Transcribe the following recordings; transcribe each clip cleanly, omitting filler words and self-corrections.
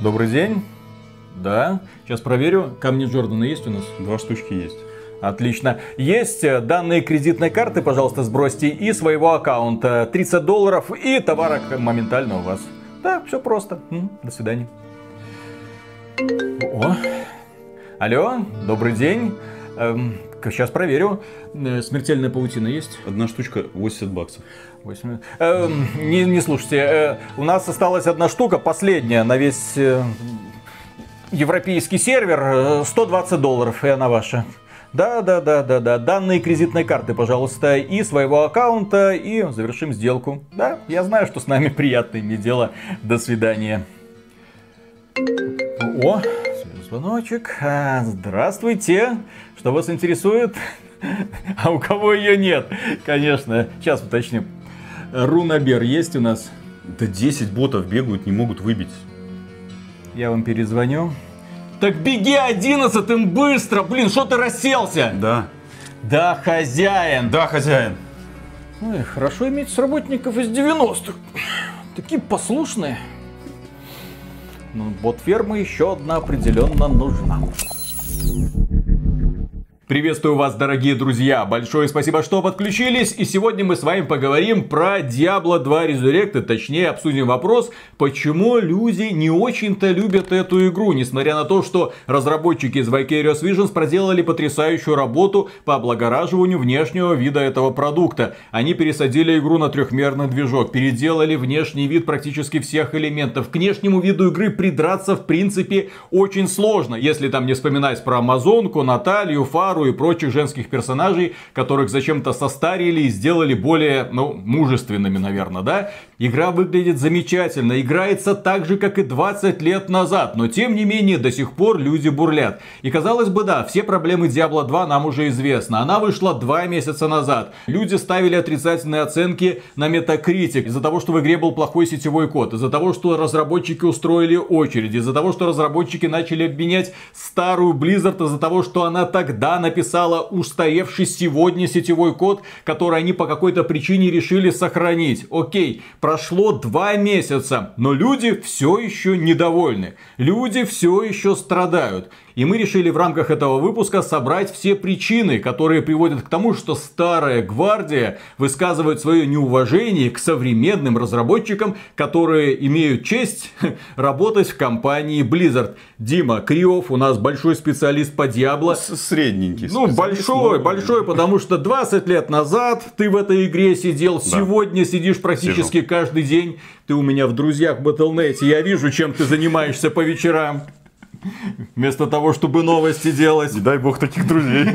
Добрый день. Да, сейчас проверю. Камни Джордана есть у нас? 2 штучки есть. Отлично. Есть данные кредитной карты, пожалуйста, сбросьте, и своего аккаунта. $30, и товар моментально у вас. Да, все просто. До свидания. О. Алло, добрый день. Сейчас проверю. Смертельная паутина есть? 1 штучка $80. Не слушайте, у нас осталась 1 штука, последняя на весь европейский сервер, $120, и она ваша. Да, данные кредитной карты, пожалуйста, и своего аккаунта, и завершим сделку. Да, я знаю, что с нами приятно иметь дело. До свидания. О, звоночек. Здравствуйте. Что вас интересует? А у кого ее нет? Конечно. Сейчас уточним. Рунабер есть у нас? Да 10 ботов бегают, не могут выбить. Я вам перезвоню. Так беги 11-м быстро! Блин, что ты расселся? Да. Да, хозяин. Да, хозяин. Ой, хорошо иметь с работников из 90-х. Такие послушные. Но бот-ферма еще одна определенно нужна. Приветствую вас, дорогие друзья! Большое спасибо, что подключились. И сегодня мы с вами поговорим про Diablo 2 Resurrected. Точнее, обсудим вопрос, почему люди не очень-то любят эту игру. Несмотря на то, что разработчики из Vicarious Visions проделали потрясающую работу по облагораживанию внешнего вида этого продукта. Они пересадили игру на трехмерный движок, переделали внешний вид практически всех элементов. К внешнему виду игры придраться в принципе очень сложно. Если там не вспоминать про Амазонку, Наталью, Фару и прочих женских персонажей, которых зачем-то состарили и сделали более, мужественными, наверное, да? Игра выглядит замечательно, играется так же, как и 20 лет назад, но тем не менее до сих пор люди бурлят. И казалось бы, да, все проблемы Diablo 2 нам уже известны. Она вышла 2 месяца назад. Люди ставили отрицательные оценки на Metacritic из-за того, что в игре был плохой сетевой код, из-за того, что разработчики устроили очередь, из-за того, что разработчики начали обменять старую Blizzard, из-за того, что она тогда написала устаревший сегодня сетевой код, который они по какой-то причине решили сохранить. Окей, прошло 2 месяца, но люди все еще недовольны. Люди все еще страдают. И мы решили в рамках этого выпуска собрать все причины, которые приводят к тому, что старая гвардия высказывает свое неуважение к современным разработчикам, которые имеют честь работать в компании Blizzard. Дима Криов у нас большой специалист по Diablo. Средненький. Большой, потому что 20 лет назад ты в этой игре сидел, да. Сегодня сидишь практически каждый день. Ты у меня в друзьях в Battle.net, я вижу, чем ты занимаешься по вечерам. Вместо того, чтобы новости делать. Не дай бог таких друзей.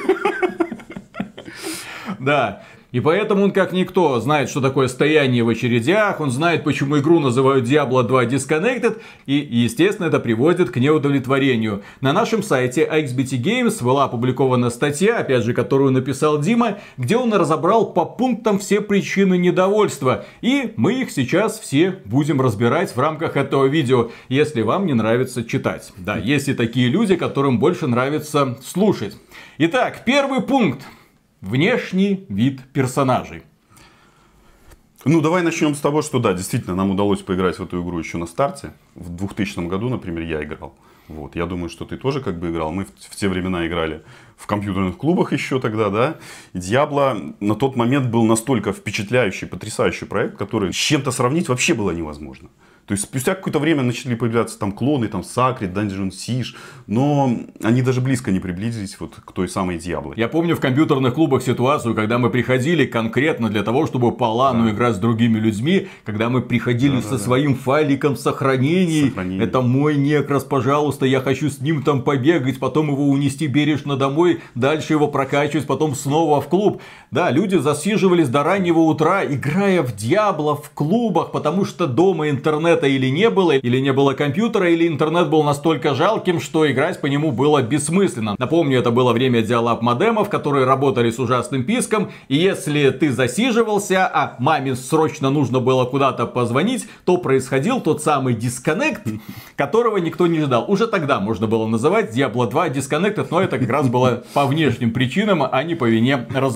Да. И поэтому он, как никто, знает, что такое стояние в очередях, он знает, почему игру называют Diablo 2 Disconnected, и, естественно, это приводит к неудовлетворению. На нашем сайте AXBT Games была опубликована статья, опять же, которую написал Дима, где он разобрал по пунктам все причины недовольства, и мы их сейчас все будем разбирать в рамках этого видео, если вам не нравится читать. Да, есть и такие люди, которым больше нравится слушать. Итак, первый пункт. Внешний вид персонажей. Давай начнем с того, что да, действительно, нам удалось поиграть в эту игру еще на старте. В 2000 году, например, я играл. Вот. Я думаю, что ты тоже как бы играл. Мы в те времена играли в компьютерных клубах еще тогда, да. И Diablo на тот момент был настолько впечатляющий, потрясающий проект, который с чем-то сравнить вообще было невозможно. То есть спустя какое-то время начали появляться там клоны, там Sacred, Dungeon Siege, но они даже близко не приблизились вот к той самой Diablo. Я помню в компьютерных клубах ситуацию, когда мы приходили конкретно для того, чтобы по лану играть с другими людьми, когда мы приходили со своим файликом сохранений. Это мой некрас, пожалуйста, я хочу с ним там побегать, потом его унести бережно домой, дальше его прокачивать, потом снова в клуб. Да, люди засиживались до раннего утра, играя в Diablo в клубах, потому что дома интернета или не было компьютера, или интернет был настолько жалким, что играть по нему было бессмысленно. Напомню, это было время диалаб модемов, которые работали с ужасным писком, и если ты засиживался, а маме срочно нужно было куда-то позвонить, то происходил тот самый дисконнект, которого никто не ждал. Уже тогда можно было называть Diablo 2 Disconnected, но это как раз было по внешним причинам, а не по вине разработчиков.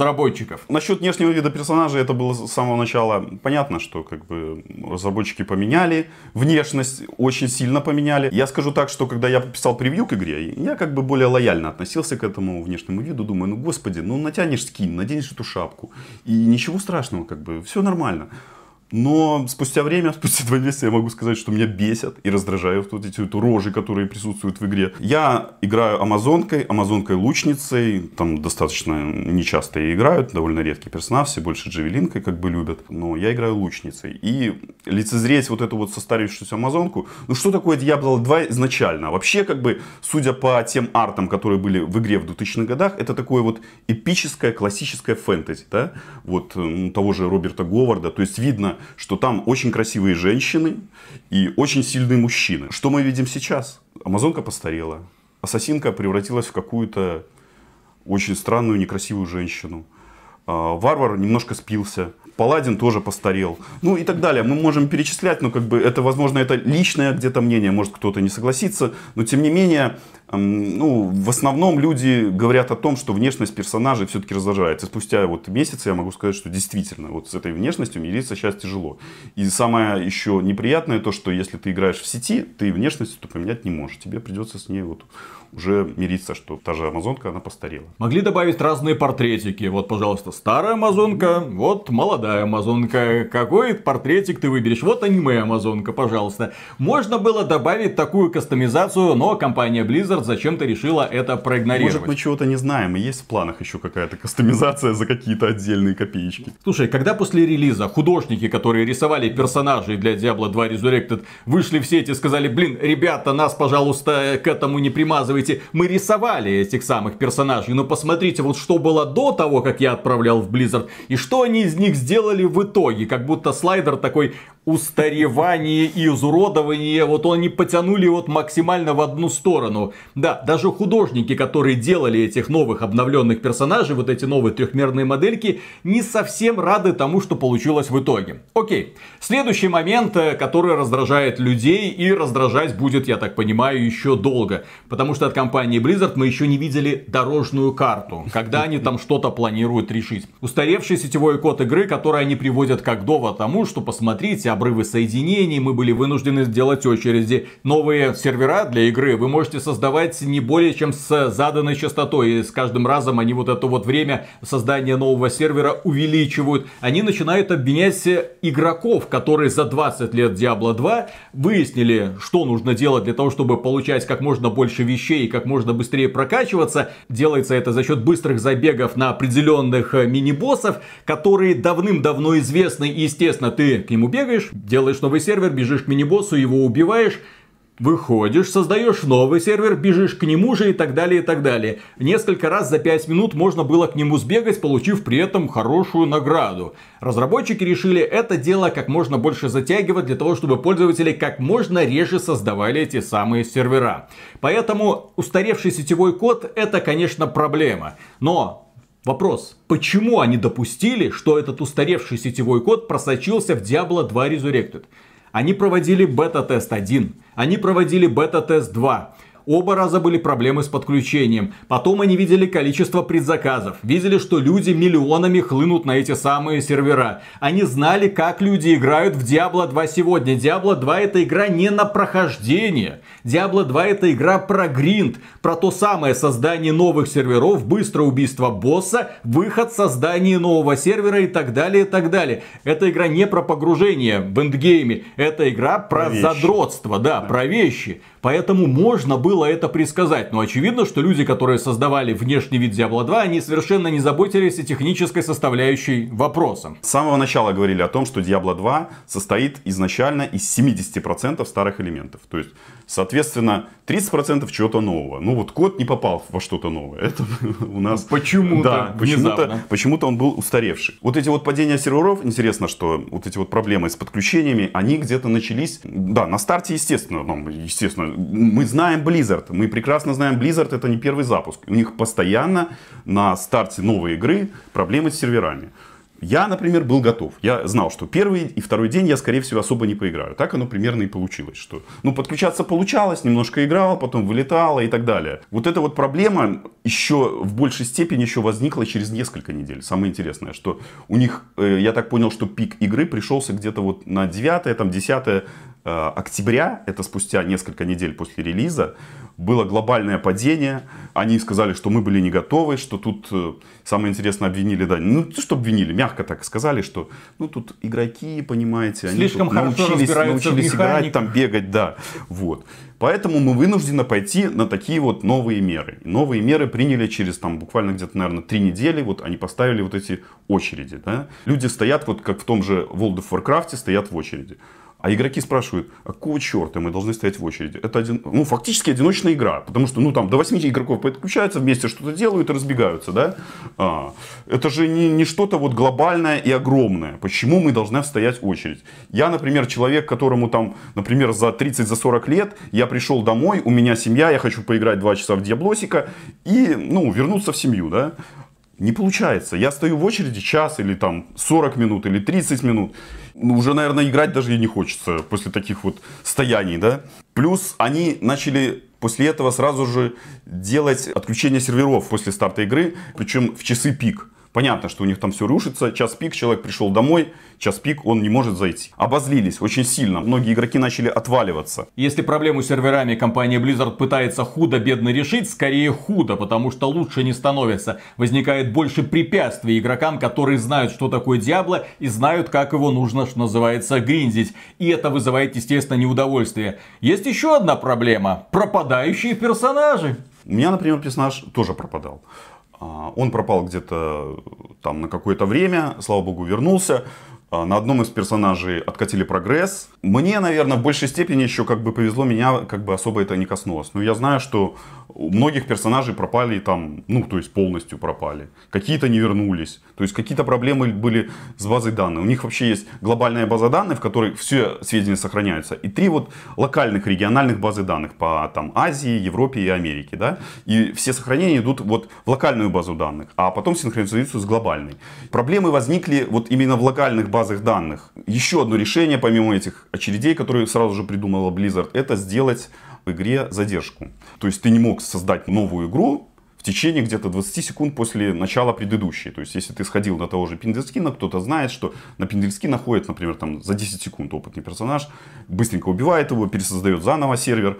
разработчиков. Насчет внешнего вида персонажей это было с самого начала понятно, что как бы разработчики поменяли внешность, очень сильно поменяли. Я скажу так, что когда я писал превью к игре, я как бы более лояльно относился к этому внешнему виду. Думаю, ну господи, ну натянешь скин, наденешь эту шапку. И ничего страшного, как бы, все нормально. Но спустя время, спустя 2 месяца я могу сказать, что меня бесят и раздражают вот эти вот рожи, которые присутствуют в игре. Я играю амазонкой-лучницей, там достаточно нечасто и играют, довольно редкий персонаж, все больше джавелинкой как бы любят, но я играю лучницей. И лицезреть вот эту вот состарившуюся амазонку, ну что такое Diablo 2 изначально? Вообще как бы, судя по тем артам, которые были в игре в 2000-х годах, это такое вот эпическое, классическое фэнтези, да, вот того же Роберта Говарда, то есть видно, что там очень красивые женщины и очень сильные мужчины. Что мы видим сейчас? Амазонка постарела. Ассасинка превратилась в какую-то очень странную, некрасивую женщину. Варвар немножко спился. Паладин тоже постарел. Ну и так далее. Мы можем перечислять, но как бы это, возможно, это личное где-то мнение. Может, кто-то не согласится. Но тем не менее, ну, в основном люди говорят о том, что внешность персонажей все-таки раздражает. И спустя вот месяцы я могу сказать, что действительно вот с этой внешностью мириться сейчас тяжело. И самое еще неприятное то, что если ты играешь в сети, ты внешность поменять не можешь. Тебе придется с ней вот уже мириться, что та же амазонка, она постарела. Могли добавить разные портретики. Вот, пожалуйста, старая амазонка, вот молодая амазонка. Какой портретик ты выберешь? Вот аниме-амазонка, пожалуйста. Можно было добавить такую кастомизацию, но компания Blizzard зачем-то решила это проигнорировать. Может, мы чего-то не знаем, и есть в планах еще какая-то кастомизация за какие-то отдельные копеечки. Слушай, когда после релиза художники, которые рисовали персонажей для Diablo 2 Resurrected, вышли в сеть и сказали: блин, ребята, нас, пожалуйста, к этому не примазывайте. Мы рисовали этих самых персонажей, но посмотрите, вот что было до того, как я отправлял в Blizzard, и что они из них сделали в итоге. Как будто слайдер такой устаревание и изуродование, вот они потянули вот максимально в одну сторону. Да, даже художники, которые делали этих новых обновленных персонажей, вот эти новые трехмерные модельки, не совсем рады тому, что получилось в итоге. Окей, следующий момент, который раздражает людей, и раздражать будет, я так понимаю, еще долго. Потому что от компании Blizzard мы еще не видели дорожную карту, когда они там что-то планируют решить. Устаревший сетевой код игры, который они приводят как довод тому, что посмотрите, обрывы соединений, мы были вынуждены сделать очереди. Новые сервера для игры вы можете создавать не более чем с заданной частотой. И с каждым разом они вот это вот время создания нового сервера увеличивают. Они начинают обвинять игроков, которые за 20 лет Diablo 2 выяснили, что нужно делать для того, чтобы получать как можно больше вещей и как можно быстрее прокачиваться. Делается это за счет быстрых забегов на определенных мини-боссов, которые давным-давно известны. И, естественно, ты к нему бегаешь, делаешь новый сервер, бежишь к мини-боссу, его убиваешь, выходишь, создаешь новый сервер, бежишь к нему же и так далее, и так далее. Несколько раз за 5 минут можно было к нему сбегать, получив при этом хорошую награду. Разработчики решили это дело как можно больше затягивать, для того, чтобы пользователи как можно реже создавали эти самые сервера. Поэтому устаревший сетевой код — это, конечно, проблема. Но вопрос, почему они допустили, что этот устаревший сетевой код просочился в Diablo 2 Resurrected? Они проводили бета-тест 1, они проводили бета-тест 2. Оба раза были проблемы с подключением. Потом они видели количество предзаказов. Видели, что люди миллионами хлынут на эти самые сервера. Они знали, как люди играют в Diablo 2 сегодня. Diablo 2 это игра не на прохождение. Diablo 2 это игра про гринд. Про то самое создание новых серверов, быстрое убийство босса, выход, создание нового сервера и так далее, и так далее. Это игра не про погружение в эндгейме. Это игра про задротство, да, про вещи. Поэтому можно было это предсказать. Но очевидно, что люди, которые создавали внешний вид Diablo 2, они совершенно не заботились о технической составляющей вопроса. С самого начала говорили о том, что Diablo 2 состоит изначально из 70% старых элементов. То есть, соответственно, 30% чего-то нового. Ну вот код не попал во что-то новое. Это у нас... Почему-то, да, почему-то он был устаревший. Вот эти вот падения серверов, интересно, что вот эти вот проблемы с подключениями, они где-то начались... Да, на старте, естественно, мы знаем Blizzard, мы прекрасно знаем Blizzard, это не первый запуск. У них постоянно на старте новой игры проблемы с серверами. Я, например, был готов. Я знал, что первый и второй день я, скорее всего, особо не поиграю. Так оно примерно и получилось. Что, ну, подключаться получалось, немножко играл, потом вылетало и так далее. Вот эта вот проблема еще в большей степени еще возникла через несколько недель. Самое интересное, что у них, я так понял, что пик игры пришелся где-то вот на 9, там, 10 октября, это спустя несколько недель после релиза, было глобальное падение. Они сказали, что мы были не готовы, что тут, самое интересное, обвинили, да, ну, что обвинили, мягко так сказали, что, ну, тут игроки, понимаете, они слишком хорошо научились играть, там, бегать, да, вот. Поэтому мы вынуждены пойти на такие вот новые меры. Новые меры приняли через, там, буквально где-то, наверное, 3 недели, вот, они поставили вот эти очереди, да. Люди стоят, вот, как в том же World of Warcraft, стоят в очереди. А игроки спрашивают, а какого черта мы должны стоять в очереди? Это ну, фактически одиночная игра, потому что ну, там, до 8 игроков подключаются, вместе что-то делают и разбегаются. Да? Это же не что-то вот глобальное и огромное. Почему мы должны стоять в очередь? Я, например, человек, которому там, например, за 30-40 лет, я пришел домой, у меня семья, я хочу поиграть 2 часа в Диаблосика и ну, вернуться в семью. Да? Не получается. Я стою в очереди час или там 40 минут или 30 минут. Ну, уже, наверное, играть даже и не хочется после таких вот стояний, да. Плюс они начали после этого сразу же делать отключение серверов после старта игры, причем в часы пик. Понятно, что у них там все рушится, час пик, человек пришел домой, час пик, он не может зайти. Обозлились очень сильно, многие игроки начали отваливаться. Если проблему с серверами компания Blizzard пытается худо-бедно решить, скорее худо, потому что лучше не становится. Возникает больше препятствий игрокам, которые знают, что такое Diablo и знают, как его нужно, что называется, гриндить. И это вызывает, естественно, неудовольствие. Есть еще одна проблема – пропадающие персонажи. У меня, например, персонаж тоже пропадал. Он пропал где-то там на какое-то время, слава богу, вернулся. На одном из персонажей откатили прогресс. Мне, наверное, в большей степени еще как бы повезло, меня как бы особо это не коснулось. Но я знаю, что у многих персонажей пропали там, ну, то есть полностью пропали. Какие-то не вернулись. То есть какие-то проблемы были с базой данных. У них вообще есть глобальная база данных, в которой все сведения сохраняются. И 3 вот локальных, региональных базы данных по там Азии, Европе и Америке, да. И все сохранения идут вот в локальную базу данных, а потом синхронизируются с глобальной. Проблемы возникли вот именно в локальных базах данных. Еще одно решение, помимо этих очередей, которые сразу же придумала Blizzard, это сделать в игре задержку. То есть ты не мог создать новую игру в течение где-то 20 секунд после начала предыдущей. То есть если ты сходил на того же Пиндельскина, кто-то знает, что на Пиндельскина ходит, например, там, за 10 секунд опытный персонаж, быстренько убивает его, пересоздает заново сервер,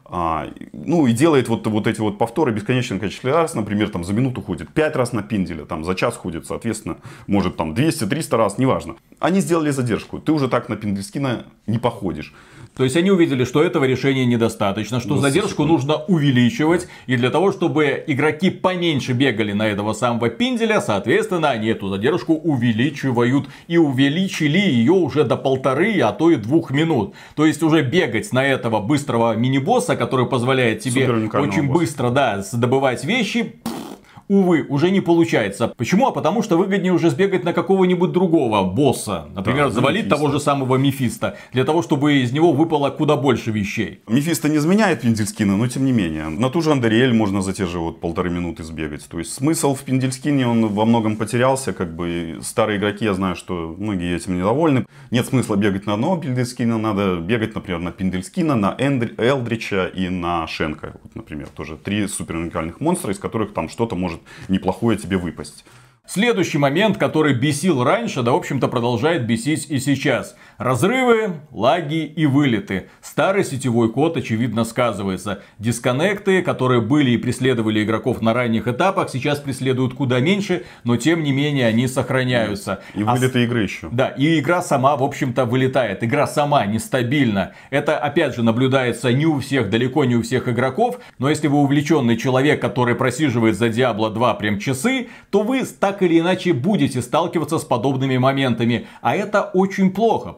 ну и делает вот эти вот повторы бесконечное количество раз. Например, там, за минуту ходит 5 раз на Пинделя, там, за час ходит, соответственно, может там 200-300 раз, неважно. Они сделали задержку, ты уже так на Пиндельскина не походишь. То есть они увидели, что этого решения недостаточно, что задержку нужно увеличивать. И для того, чтобы игроки поменьше бегали на этого самого Пинделя, соответственно, они эту задержку увеличивают. И увеличили ее уже до 1,5, а то и 2 минут. То есть уже бегать на этого быстрого мини-босса, который позволяет тебе очень быстро, да, добывать вещи, увы, уже не получается. Почему? А потому что выгоднее уже сбегать на какого-нибудь другого босса. Например, завалить того же самого Мефисто. Для того, чтобы из него выпало куда больше вещей. Мефисто не изменяет Пиндельскина, но тем не менее. На ту же Андериэль можно за те же вот 1,5 минуты сбегать. То есть смысл в Пиндельскине, он во многом потерялся. Как бы старые игроки, я знаю, что многие этим недовольны. Нет смысла бегать на одного Пиндельскина. Надо бегать, например, на Пиндельскина, на Элдрича и на Шенка. Вот, например, тоже 3 супер уникальных монстра, из которых там что-то может неплохое тебе выпасть. Следующий момент, который бесил раньше, да, в общем-то, продолжает бесить и сейчас. Разрывы, лаги и вылеты. Старый сетевой код, очевидно, сказывается. Дисконнекты, которые были и преследовали игроков на ранних этапах, сейчас преследуют куда меньше, но тем не менее они сохраняются. И вылеты игры еще. Да, и игра сама, в общем-то, вылетает. Игра сама нестабильна. Это, опять же, наблюдается не у всех, далеко не у всех игроков. Но если вы увлеченный человек, который просиживает за Diablo 2 прям часы, то вы так или иначе будете сталкиваться с подобными моментами. А это очень плохо.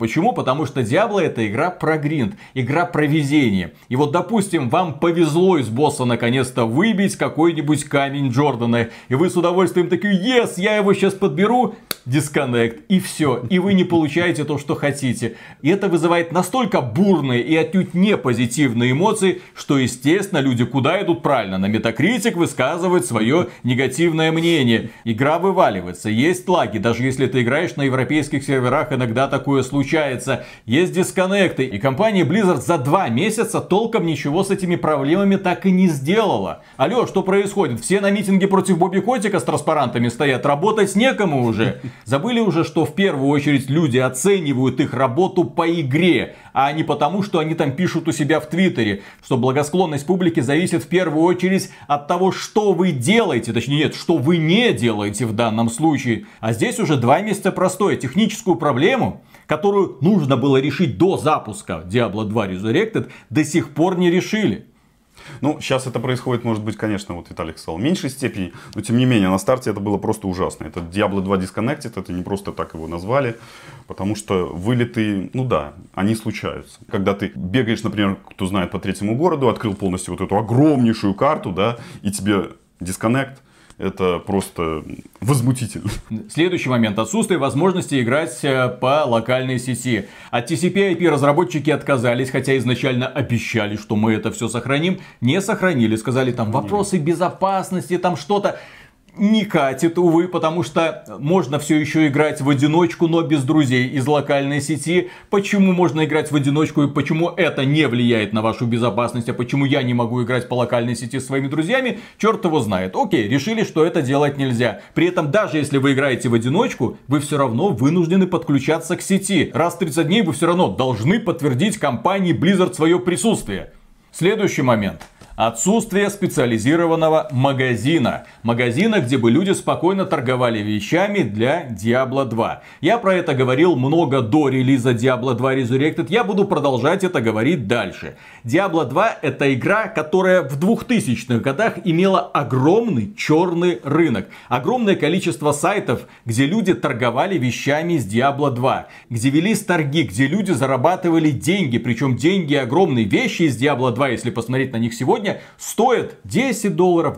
Почему? Потому что Diablo это игра про гринд, игра про везение. И вот, допустим, вам повезло из босса наконец-то выбить какой-нибудь камень Джордана. И вы с удовольствием такие: yes, я его сейчас подберу. Дисконнект. И все. И вы не получаете то, что хотите. И это вызывает настолько бурные и отнюдь не позитивные эмоции, что, естественно, люди куда идут? Правильно, на Metacritic высказывают свое негативное мнение. Игра вываливается, есть лаги. Даже если ты играешь на европейских серверах, иногда такое случается. Есть дисконнекты. И компания Blizzard за 2 месяца толком ничего с этими проблемами так и не сделала. Алло, что происходит? Все на митинге против Бобби Котика с транспарантами стоят. Работать некому уже. Забыли уже, что в первую очередь люди оценивают их работу по игре, а не потому, что они там пишут у себя в Твиттере. Что благосклонность публики зависит в первую очередь от того, что вы делаете. Точнее, нет, что вы не делаете в данном случае. А здесь уже 2 месяца простое. Техническую проблему, которую нужно было решить до запуска Diablo 2 Resurrected, до сих пор не решили. Ну, сейчас это происходит, может быть, конечно, вот Виталик сказал, в меньшей степени, но тем не менее, на старте это было просто ужасно. Это Diablo 2 Disconnected, это не просто так его назвали, потому что вылеты, ну да, они случаются. Когда ты бегаешь, например, кто знает, по третьему городу, открыл полностью вот эту огромнейшую карту, да, и тебе дисконнект, это просто возмутительно. Следующий момент. Отсутствие возможности играть по локальной сети. От TCP/IP разработчики отказались, хотя изначально обещали, что мы это все сохраним. Не сохранили. Сказали, там вопросы безопасности, там что-то. Не катит, увы, потому что можно все еще играть в одиночку, но без друзей из локальной сети. Почему можно играть в одиночку и почему это не влияет на вашу безопасность, а почему я не могу играть по локальной сети с своими друзьями, черт его знает. Окей, решили, что это делать нельзя. При этом, даже если вы играете в одиночку, вы все равно вынуждены подключаться к сети. Раз в 30 дней вы все равно должны подтвердить компании Blizzard свое присутствие. Следующий момент. Отсутствие специализированного магазина. Магазина, где бы люди спокойно торговали вещами для Diablo 2. Я про это говорил много до релиза Diablo 2 Resurrected. Я буду продолжать это говорить дальше. Diablo 2 это игра, которая в 2000-х годах имела огромный черный рынок. Огромное количество сайтов, где люди торговали вещами с Diablo 2. Где велись торги, где люди зарабатывали деньги. Причем деньги огромные. Вещи из Diablo 2, если посмотреть на них сегодня, стоит $10,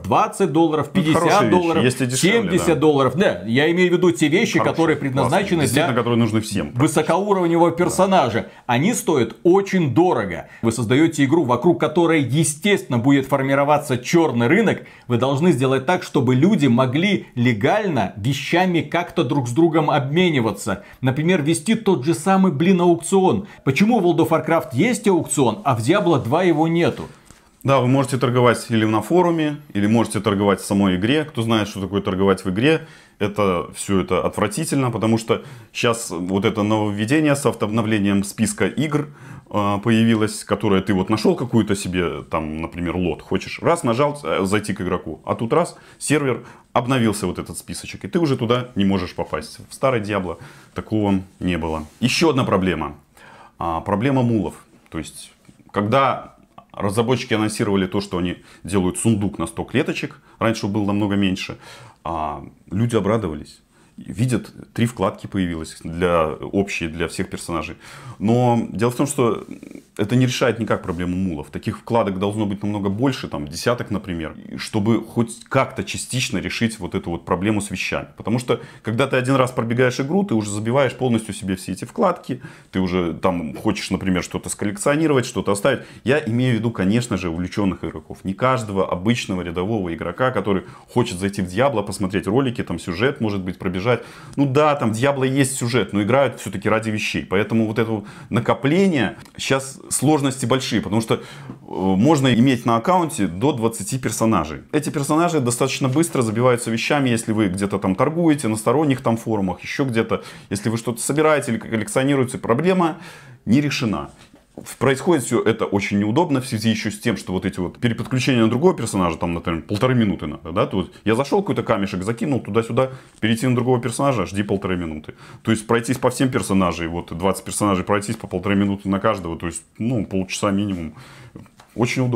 $20, $50, дешевле, $70. Да, я имею в виду те вещи, которые предназначены для которые нужны всем, высокоуровневого персонажа. Они стоят очень дорого. Вы создаете игру, вокруг которой, естественно, будет формироваться черный рынок. Вы должны сделать так, чтобы люди могли легально вещами как-то друг с другом обмениваться. Например, вести тот же самый, аукцион. Почему в World of Warcraft есть аукцион, а в Diablo 2 его нету? Да, вы можете торговать или на форуме, или можете торговать в самой игре. Кто знает, что такое торговать в игре, это все это отвратительно, потому что сейчас вот это нововведение с автообновлением списка игр появилось, которое ты вот нашел какую-то себе, там, например, лот, хочешь, раз нажал зайти к игроку, а тут раз сервер обновился вот этот списочек, и ты уже туда не можешь попасть. В старой Diablo такого не было. Еще одна проблема. Проблема мулов. То есть, когда разработчики анонсировали то, что они делают сундук на 100 клеточек. Раньше был намного меньше. Люди обрадовались. Видят, 3 вкладки появилось общие для всех персонажей. Но дело в том, что это не решает никак проблему мулов. Таких вкладок должно быть намного больше, там десяток, например, чтобы хоть как-то частично решить вот эту вот проблему с вещами. Потому что, когда ты один раз пробегаешь игру, ты уже забиваешь полностью себе все эти вкладки, ты уже там хочешь, например, что-то сколлекционировать, что-то оставить. Я имею в виду, конечно же, увлеченных игроков. Не каждого обычного рядового игрока, который хочет зайти в Diablo, посмотреть ролики, там сюжет, может быть, пробежать. Ну да, там в Diablo есть сюжет, но играют все-таки ради вещей. Поэтому вот это накопление, сейчас сложности большие, потому что можно иметь на аккаунте до 20 персонажей. Эти персонажи достаточно быстро забиваются вещами, если вы где-то там торгуете, на сторонних там форумах, еще где-то. Если вы что-то собираете или коллекционируете, проблема не решена. Происходит все это очень неудобно в связи еще с тем, что вот эти вот переподключения на другого персонажа, там, например, 1,5 минуты надо, да, то есть я зашел, какой-то камешек закинул туда-сюда, перейти на другого персонажа, жди 1,5 минуты. То есть пройтись по всем персонажам, вот 20 персонажей пройтись по 1,5 минуты на каждого, то есть, ну, полчаса минимум. Очень удобно.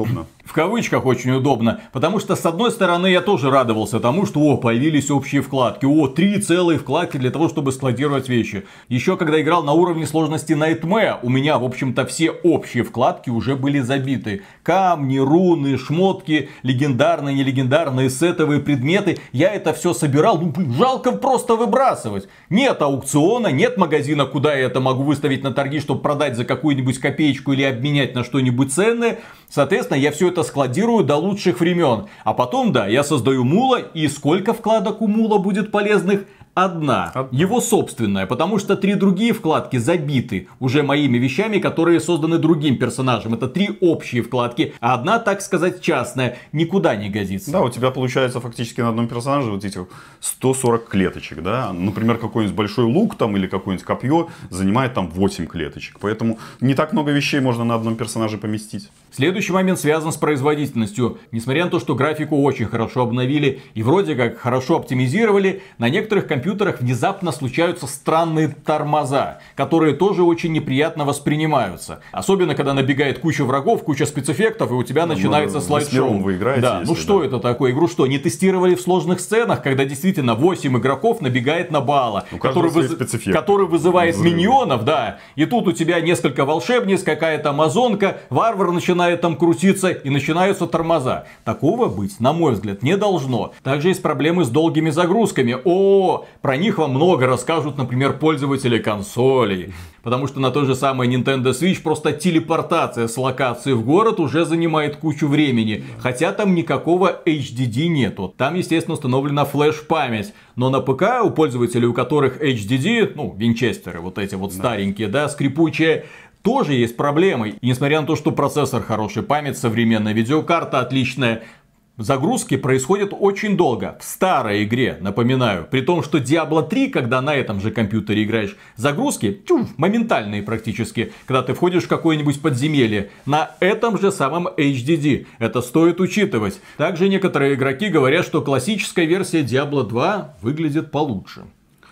в кавычках очень удобно, потому что с одной стороны я тоже радовался тому, что появились общие вкладки, 3 целые вкладки для того, чтобы складировать вещи. Еще когда играл на уровне сложности Nightmare, у меня в общем-то все общие вкладки уже были забиты. Камни, руны, шмотки, легендарные, нелегендарные, сетовые предметы, я это все собирал, жалко просто выбрасывать. Нет аукциона, нет магазина, куда я это могу выставить на торги, чтобы продать за какую-нибудь копеечку или обменять на что-нибудь ценное. Соответственно, я все это складирую до лучших времен. А потом, да, я создаю мула, и сколько вкладок у мула будет полезных? Одна, его собственная, потому что 3 другие вкладки забиты уже моими вещами, которые созданы другим персонажем. Это 3 общие вкладки, а одна, так сказать, частная, никуда не годится. Да, у тебя получается фактически на одном персонаже вот этих 140 клеточек, да. Например, какой-нибудь большой лук там или какое-нибудь копье занимает там 8 клеточек. Поэтому не так много вещей можно на одном персонаже поместить. Следующий момент связан с производительностью. Несмотря на то, что графику очень хорошо обновили и вроде как хорошо оптимизировали, на некоторых компьютерах внезапно случаются странные тормоза, которые тоже очень неприятно воспринимаются. Особенно, когда набегает куча врагов, куча спецэффектов, и у тебя начинается слайд-шоу. Вы играете, да, ну что это такое? Игру что, не тестировали в сложных сценах, когда действительно 8 игроков набегает на Баала, который вызывает миньонов, да, и тут у тебя несколько волшебниц, какая-то амазонка, варвар начинает там крутиться, и начинаются тормоза. Такого быть, на мой взгляд, не должно. Также есть проблемы с долгими загрузками. Про них вам много расскажут, например, пользователи консолей. Потому что на той же самой Nintendo Switch просто телепортация с локации в город уже занимает кучу времени. Хотя там никакого HDD нету. Там, естественно, установлена флеш-память. Но на ПК у пользователей, у которых HDD, винчестеры, вот эти вот старенькие, да, скрипучие, тоже есть проблемы. И несмотря на то, что процессор хороший, память современная, видеокарта отличная, загрузки происходят очень долго. В старой игре, напоминаю. При том, что Diablo 3, когда на этом же компьютере играешь, загрузки моментальные практически. Когда ты входишь в какое-нибудь подземелье на этом же самом HDD. Это стоит учитывать. Также некоторые игроки говорят, что классическая версия Diablo 2 выглядит получше.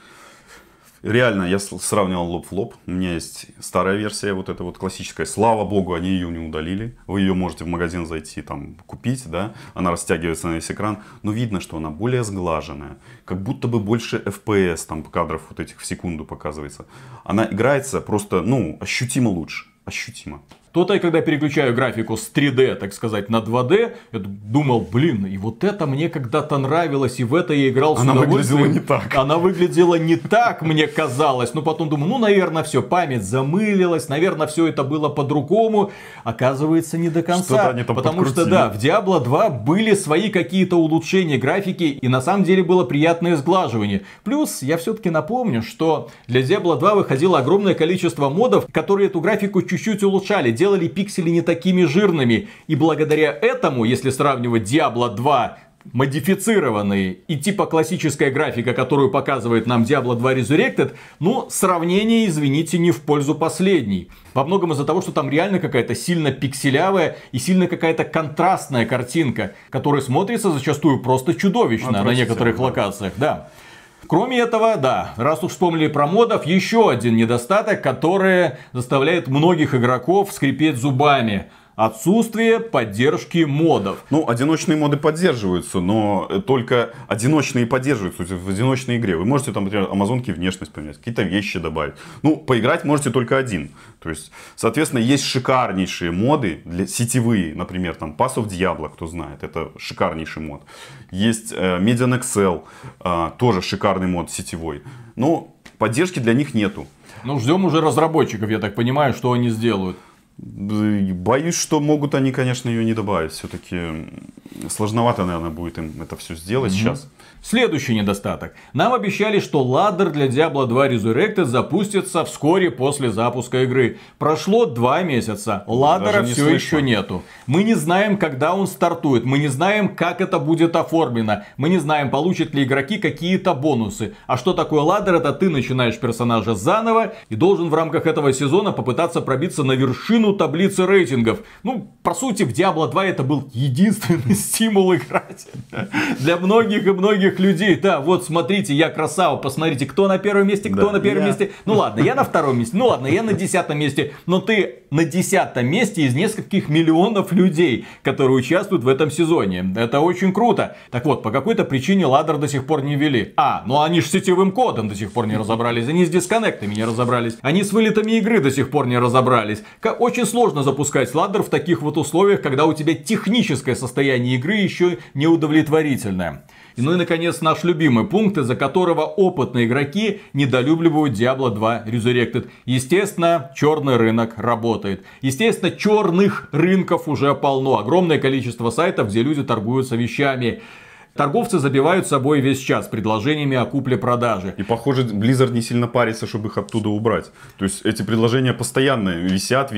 Реально, я сравнивал лоб в лоб. У меня есть старая версия, вот эта вот классическая. Слава богу, они ее не удалили. Вы ее можете в магазин зайти, там, купить, да. Она растягивается на весь экран. Но видно, что она более сглаженная. Как будто бы больше FPS, там, кадров вот этих в секунду показывается. Она играется просто, ощутимо лучше. Ощутимо. То-то я когда переключаю графику с 3D, так сказать, на 2D, я думал, и вот это мне когда-то нравилось, и в это я играл с удовольствием. Она выглядела не так. Она выглядела не так, мне казалось. Но потом думаю, наверное, все, память замылилась, наверное, все это было по-другому. Оказывается, не до конца. Потому что, да, в Diablo 2 были свои какие-то улучшения графики, и на самом деле было приятное сглаживание. Плюс, я все-таки напомню, что для Diablo 2 выходило огромное количество модов, которые эту графику чуть-чуть улучшали, делали пиксели не такими жирными. И благодаря этому, если сравнивать Diablo 2 модифицированные и типа классическая графика, которую показывает нам Diablo 2 Resurrected, сравнение, извините, не в пользу последней. Во многом из-за того, что там реально какая-то сильно пикселявая и сильно какая-то контрастная картинка, которая смотрится зачастую просто чудовищно на некоторых локациях, да. Кроме этого, да, раз уж вспомнили про модов, еще один недостаток, который заставляет многих игроков скрипеть зубами. Отсутствие поддержки модов. Одиночные моды поддерживаются, но только одиночные поддерживаются в одиночной игре. Вы можете там, например, амазонки внешность поменять, какие-то вещи добавить. Поиграть можете только один. То есть, соответственно, есть шикарнейшие моды, сетевые, например, там Pass of Diablo, кто знает, это шикарнейший мод. Есть Median Excel, тоже шикарный мод сетевой. Но поддержки для них нету. Ждем уже разработчиков, я так понимаю, что они сделают. Боюсь, что могут они, конечно, ее не добавить. Все-таки сложновато, наверное, будет им это все сделать сейчас. Следующий недостаток. Нам обещали, что ладдер для Diablo 2 Resurrected запустится вскоре после запуска игры. Прошло 2 месяца. Ладдера все еще нету. Мы не знаем, когда он стартует. Мы не знаем, как это будет оформлено. Мы не знаем, получат ли игроки какие-то бонусы. А что такое ладдер? Это ты начинаешь персонажа заново и должен в рамках этого сезона попытаться пробиться на вершину таблицы рейтингов. По сути, в Diablo 2 это был единственный стимул играть. Для многих и многих людей. Да, вот смотрите, я красава, посмотрите, кто на первом месте, кто на первом месте. Ну ладно, я на втором месте, ну ладно, я на 10-м месте. Но ты на 10-м месте из нескольких миллионов людей, которые участвуют в этом сезоне. Это очень круто. Так вот, по какой-то причине ладдер до сих пор не ввели. Ну они ж с сетевым кодом до сих пор не разобрались. Они с дисконнектами не разобрались. Они с вылетами игры до сих пор не разобрались. Очень сложно запускать ладдер в таких вот условиях, когда у тебя техническое состояние игры еще неудовлетворительное. Ну и, наконец, наш любимый пункт, из-за которого опытные игроки недолюбливают Diablo 2 Resurrected. Естественно, черный рынок работает. Естественно, черных рынков уже полно. Огромное количество сайтов, где люди торгуются вещами. Торговцы забивают собой весь час предложениями о купле-продаже. И похоже, Blizzard не сильно парится, чтобы их оттуда убрать. То есть эти предложения постоянно висят.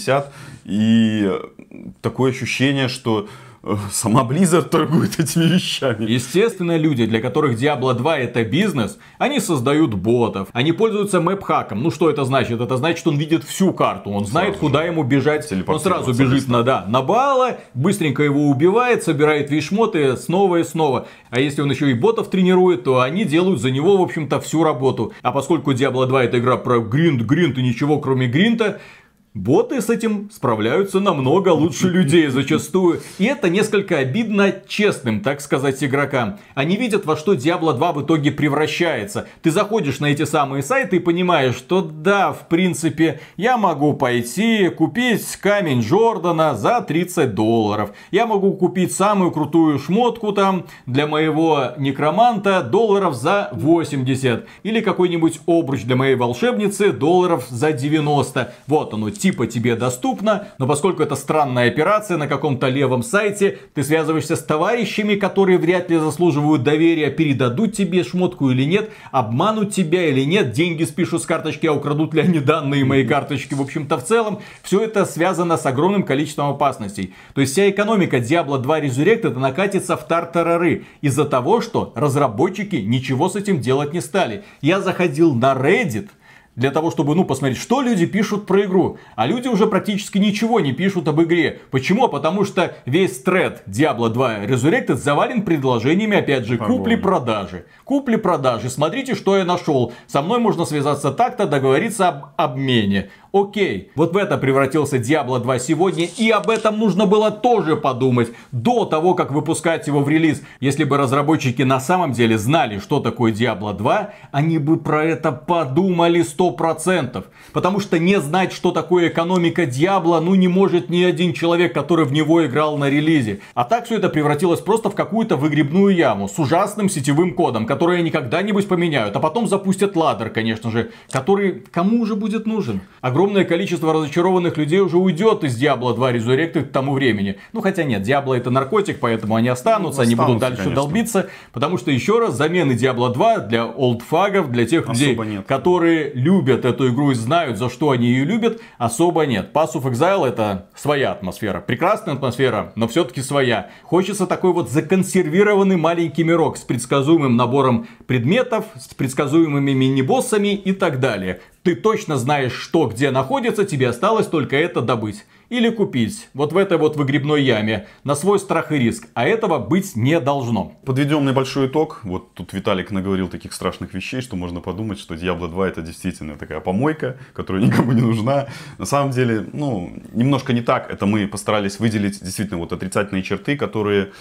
И такое ощущение, что сама Blizzard торгует этими вещами. Естественно, люди, для которых Diablo 2 это бизнес, они создают ботов. Они пользуются мэп-хаком. Ну что это значит? Это значит, что он видит всю карту. Он знает, куда ему бежать. Он сразу бежит на Баала, быстренько его убивает, собирает вейшмоты снова и снова. А если он еще и ботов тренирует, то они делают за него, в общем-то, всю работу. А поскольку Diablo 2 это игра про гринд и ничего кроме гринта, боты с этим справляются намного лучше людей зачастую. И это несколько обидно честным, так сказать, игрокам. Они видят, во что Diablo 2 в итоге превращается. Ты заходишь на эти самые сайты и понимаешь, что да, в принципе, я могу пойти купить камень Джордана за $30. Я могу купить самую крутую шмотку там для моего некроманта долларов за 80. Или какой-нибудь обруч для моей волшебницы долларов за 90. Вот оно, типа тебе доступно, но поскольку это странная операция на каком-то левом сайте, ты связываешься с товарищами, которые вряд ли заслуживают доверия, передадут тебе шмотку или нет, обманут тебя или нет, деньги спишут с карточки, а украдут ли они данные моей карточки. В общем-то, в целом, все это связано с огромным количеством опасностей. То есть вся экономика Diablo 2 Resurrected накатится в тартарары из-за того, что разработчики ничего с этим делать не стали. Я заходил на Reddit для того, чтобы, посмотреть, что люди пишут про игру. А люди уже практически ничего не пишут об игре. Почему? Потому что весь тред Diablo 2 Resurrected завален предложениями, опять же, купли-продажи. Купли-продажи. Смотрите, что я нашел. Со мной можно связаться так-то, договориться об обмене. Окей, вот в это превратился Diablo 2 сегодня, и об этом нужно было тоже подумать до того, как выпускать его в релиз. Если бы разработчики на самом деле знали, что такое Diablo 2, они бы про это подумали 100%. Потому что не знать, что такое экономика Diablo, не может ни один человек, который в него играл на релизе. А так все это превратилось просто в какую-то выгребную яму с ужасным сетевым кодом, который они когда-нибудь поменяют. А потом запустят ладдер, конечно же, который кому уже будет нужен? Огромное количество разочарованных людей уже уйдет из Diablo 2 Resurrected к тому времени. Хотя нет, Diablo это наркотик, поэтому они останутся, они будут дальше конечно. Долбиться. Потому что, еще раз, замены Diablo 2 для олдфагов, для тех людей, которые любят эту игру и знают, за что они ее любят, особо нет. Pass of Exile это своя атмосфера. Прекрасная атмосфера, но все-таки своя. Хочется такой вот законсервированный маленький мирок с предсказуемым набором предметов, с предсказуемыми мини-боссами и так далее. Ты точно знаешь, что где находится, тебе осталось только это добыть. Или купить. Вот в этой вот выгребной яме. На свой страх и риск. А этого быть не должно. Подведем небольшой итог. Вот тут Виталик наговорил таких страшных вещей, что можно подумать, что Diablo 2 это действительно такая помойка, которая никому не нужна. На самом деле, немножко не так. Это мы постарались выделить действительно вот отрицательные черты, которые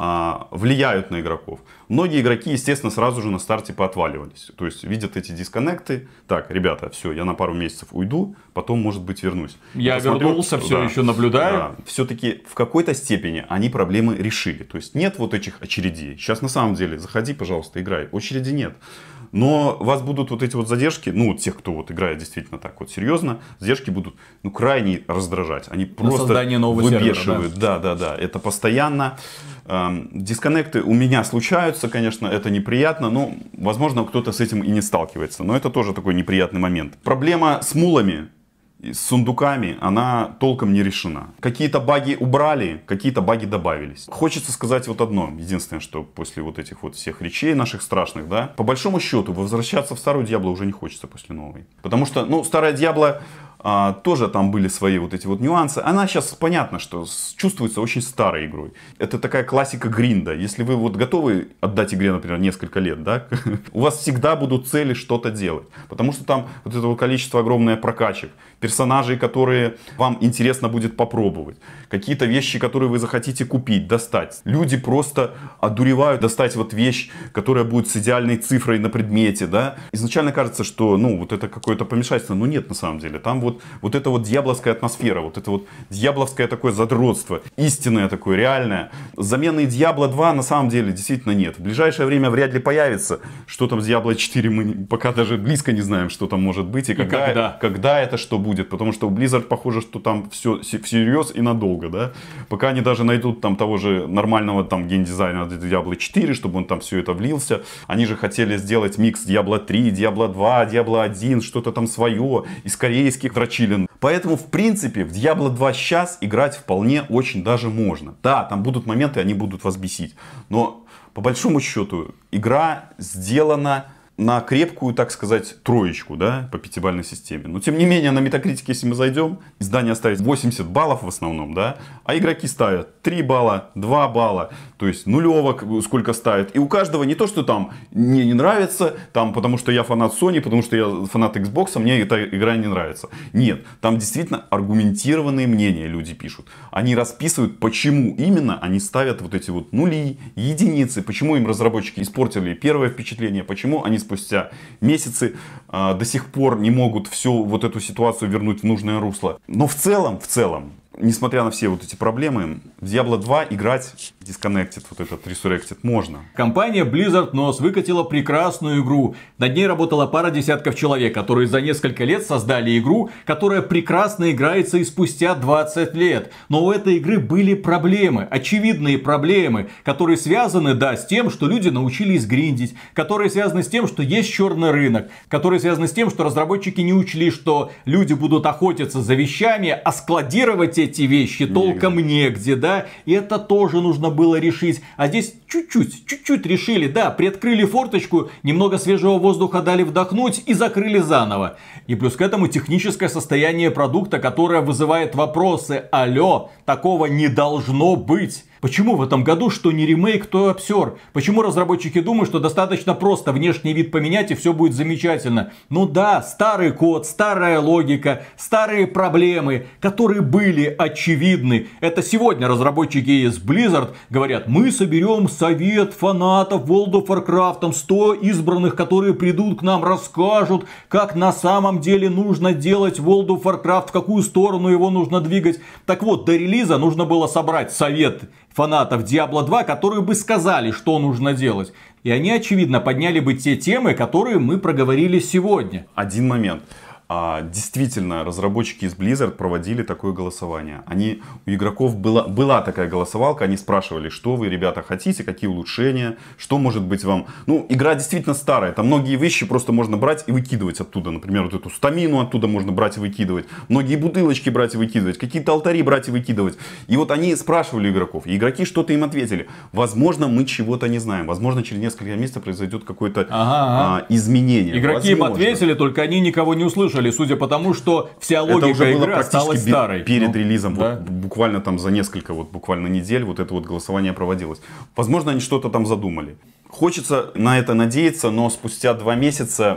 влияют на игроков. Многие игроки, естественно, сразу же на старте поотваливались. То есть видят эти дисконнекты. Так, ребята, все, я на пару месяцев уйду, потом, может быть, вернусь. Я вернулся, все еще наблюдаю. Да, все-таки в какой-то степени они проблемы решили. То есть нет вот этих очередей. Сейчас на самом деле, заходи, пожалуйста, играй. Очереди нет. Но у вас будут вот эти вот задержки, тех, кто вот играет действительно так вот серьезно, задержки будут, крайне раздражать. Они просто выбешивают. Сервера, да. Это постоянно. Дисконнекты у меня случаются, конечно, это неприятно, но, возможно, кто-то с этим и не сталкивается. Но это тоже такой неприятный момент. Проблема с мулами, с сундуками, она толком не решена. Какие-то баги убрали, какие-то баги добавились. Хочется сказать вот одно, единственное, что после вот этих вот всех речей наших страшных, по большому счету, возвращаться в старую Diablo уже не хочется после новой. Потому что, старая Diablo, тоже там были свои вот эти вот нюансы. Она сейчас, понятно, что чувствуется очень старой игрой. Это такая классика гринда. Если вы вот готовы отдать игре, например, несколько лет, да, у вас всегда будут цели что-то делать. Потому что там вот это вот количество огромное прокачек, персонажей, которые вам интересно будет попробовать, какие-то вещи, которые вы захотите купить, достать. Люди просто одуревают достать вот вещь, которая будет с идеальной цифрой на предмете, да. Изначально кажется, что, ну, вот это какое-то помешательство, но нет на самом деле. Там вот эта вот дьяволовская атмосфера, вот это вот дьяволовское такое задротство, истинное такое, реальное. Замены Diablo 2 на самом деле действительно нет. В ближайшее время вряд ли появится. Что там с Diablo 4 мы пока даже близко не знаем, что там может быть и когда это что будет. Потому что у Blizzard похоже, что там все всерьез и надолго, да. Пока они даже найдут там того же нормального там геймдизайна Diablo 4, чтобы он там все это влился. Они же хотели сделать микс Diablo 3, Diablo 2, Diablo 1, что-то там свое, из корейских дрочилин. Поэтому, в принципе, в Diablo 2 сейчас играть вполне очень даже можно. Да, там будут моменты, они будут вас бесить. Но, по большому счету, игра сделана на крепкую, так сказать, троечку, да, по пятибалльной системе. Но, тем не менее, на Metacritic, если мы зайдем, издание ставит 80 баллов в основном, да, а игроки ставят 3 балла, 2 балла, то есть нулевок сколько ставят. И у каждого не то, что там мне не нравится, там, потому что я фанат Sony, потому что я фанат Xbox, мне эта игра не нравится. Нет, там действительно аргументированные мнения люди пишут. Они расписывают, почему именно они ставят вот эти вот нули, единицы, почему им разработчики испортили первое впечатление, почему они спустя месяцы до сих пор не могут всю вот эту ситуацию вернуть в нужное русло. Но в целом, несмотря на все вот эти проблемы, в Diablo 2 играть Disconnected, вот этот Resurrected, можно. Компания Blizzard NOS выкатила прекрасную игру. Над ней работала пара десятков человек, которые за несколько лет создали игру, которая прекрасно играется и спустя 20 лет. Но у этой игры были проблемы, очевидные проблемы, которые связаны, да, с тем, что люди научились гриндить, которые связаны с тем, что есть черный рынок, которые связаны с тем, что разработчики не учли, что люди будут охотиться за вещами, а складировать эти вещи толком негде, да, и это тоже нужно было решить. А здесь чуть-чуть решили, да, приоткрыли форточку, немного свежего воздуха дали вдохнуть и закрыли заново. И плюс к этому техническое состояние продукта, которое вызывает вопросы. Алло, такого не должно быть. Почему в этом году что не ремейк, то обсер? Почему разработчики думают, что достаточно просто внешний вид поменять и все будет замечательно? Ну да, старый код, старая логика, старые проблемы, которые были очевидны. Это сегодня разработчики из Blizzard говорят: мы соберем совет фанатов World of Warcraft, 100 избранных, которые придут к нам, расскажут, как на самом деле нужно делать World of Warcraft, в какую сторону его нужно двигать. Так вот, до релиза нужно было собрать совет фанатов Diablo 2, которые бы сказали, что нужно делать. И они, очевидно, подняли бы те темы, которые мы проговорили сегодня. Один момент. Действительно, разработчики из Blizzard проводили такое голосование. У игроков была такая голосовалка, они спрашивали, что вы, ребята, хотите, какие улучшения, что может быть вам. Ну, игра действительно старая, там многие вещи просто можно брать и выкидывать оттуда. Например, вот эту стамину оттуда можно брать и выкидывать, многие бутылочки брать и выкидывать, какие-то алтари брать и выкидывать. И вот они спрашивали игроков, и игроки что-то им ответили. Возможно, мы чего-то не знаем, возможно, через несколько месяцев произойдет какое-то изменение. Игроки им ответили, только они никого не услышали. Судя по тому, что вся логика игры осталась старой. Перед релизом, да? Вот, буквально там за несколько, буквально недель вот это вот голосование проводилось. Возможно, они что-то там задумали. Хочется на это надеяться, но спустя 2 месяца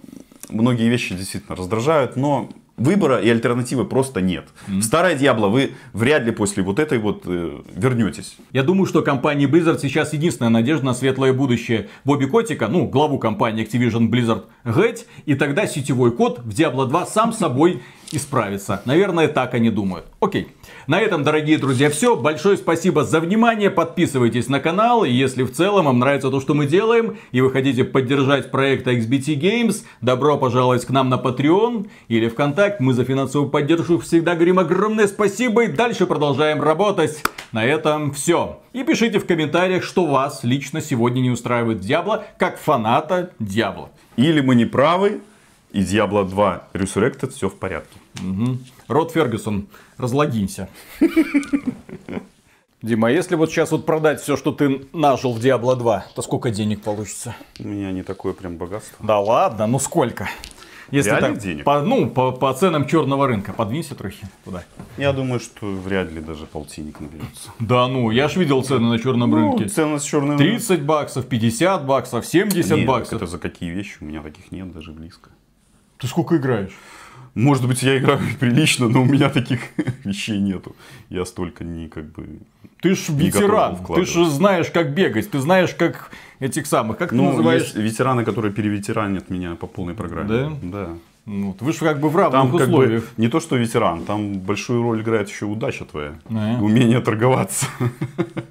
многие вещи действительно раздражают, но выбора и альтернативы просто нет. В старое Diablo вы вряд ли после вот этой вот вернетесь. Я думаю, что компания Blizzard сейчас единственная надежда на светлое будущее. Бобби Котика, главу компании Activision Blizzard, геть, и тогда сетевой код в Diablo 2 сам собой исправится. Наверное, так они думают. Окей. На этом, дорогие друзья, все. Большое спасибо за внимание. Подписывайтесь на канал. И если в целом вам нравится то, что мы делаем, и вы хотите поддержать проект XBT Games, добро пожаловать к нам на Patreon или ВКонтакте. Мы за финансовую поддержку всегда говорим огромное спасибо. И дальше продолжаем работать. На этом все. И пишите в комментариях, что вас лично сегодня не устраивает Diablo, как фаната Diablo. Или мы не правы, и Diablo 2 Resurrected все в порядке. Род Фергюсон, разлогинься. Дима, если вот сейчас вот продать все, что ты нажил в Diablo 2, то сколько денег получится? У меня не такое прям богатство. Да ладно, ну сколько? Если Реальных так, денег? по ценам черного рынка. Подвинься трохи туда. Я думаю, что вряд ли даже полтинник наберется. Да ну, я ж видел цены на черном рынке. Цены с черным 30 баксов, 50 баксов, 70 Нет, баксов. это за какие вещи? У меня таких нет даже близко. Ты сколько играешь? Может быть, я играю прилично, но у меня таких вещей нету. Я столько не как бы... Ты ж не готов ветеран, ты вкладывать. же знаешь, как бегать, ты знаешь, как этих самых, как ты Ну, называешь? есть ветераны, которые переветеранят меня по полной программе. Да? Да. Вот, вы же как бы в равных Там как бы условиях. не то, что ветеран, там большую роль играет еще удача твоя. Да. Умение торговаться.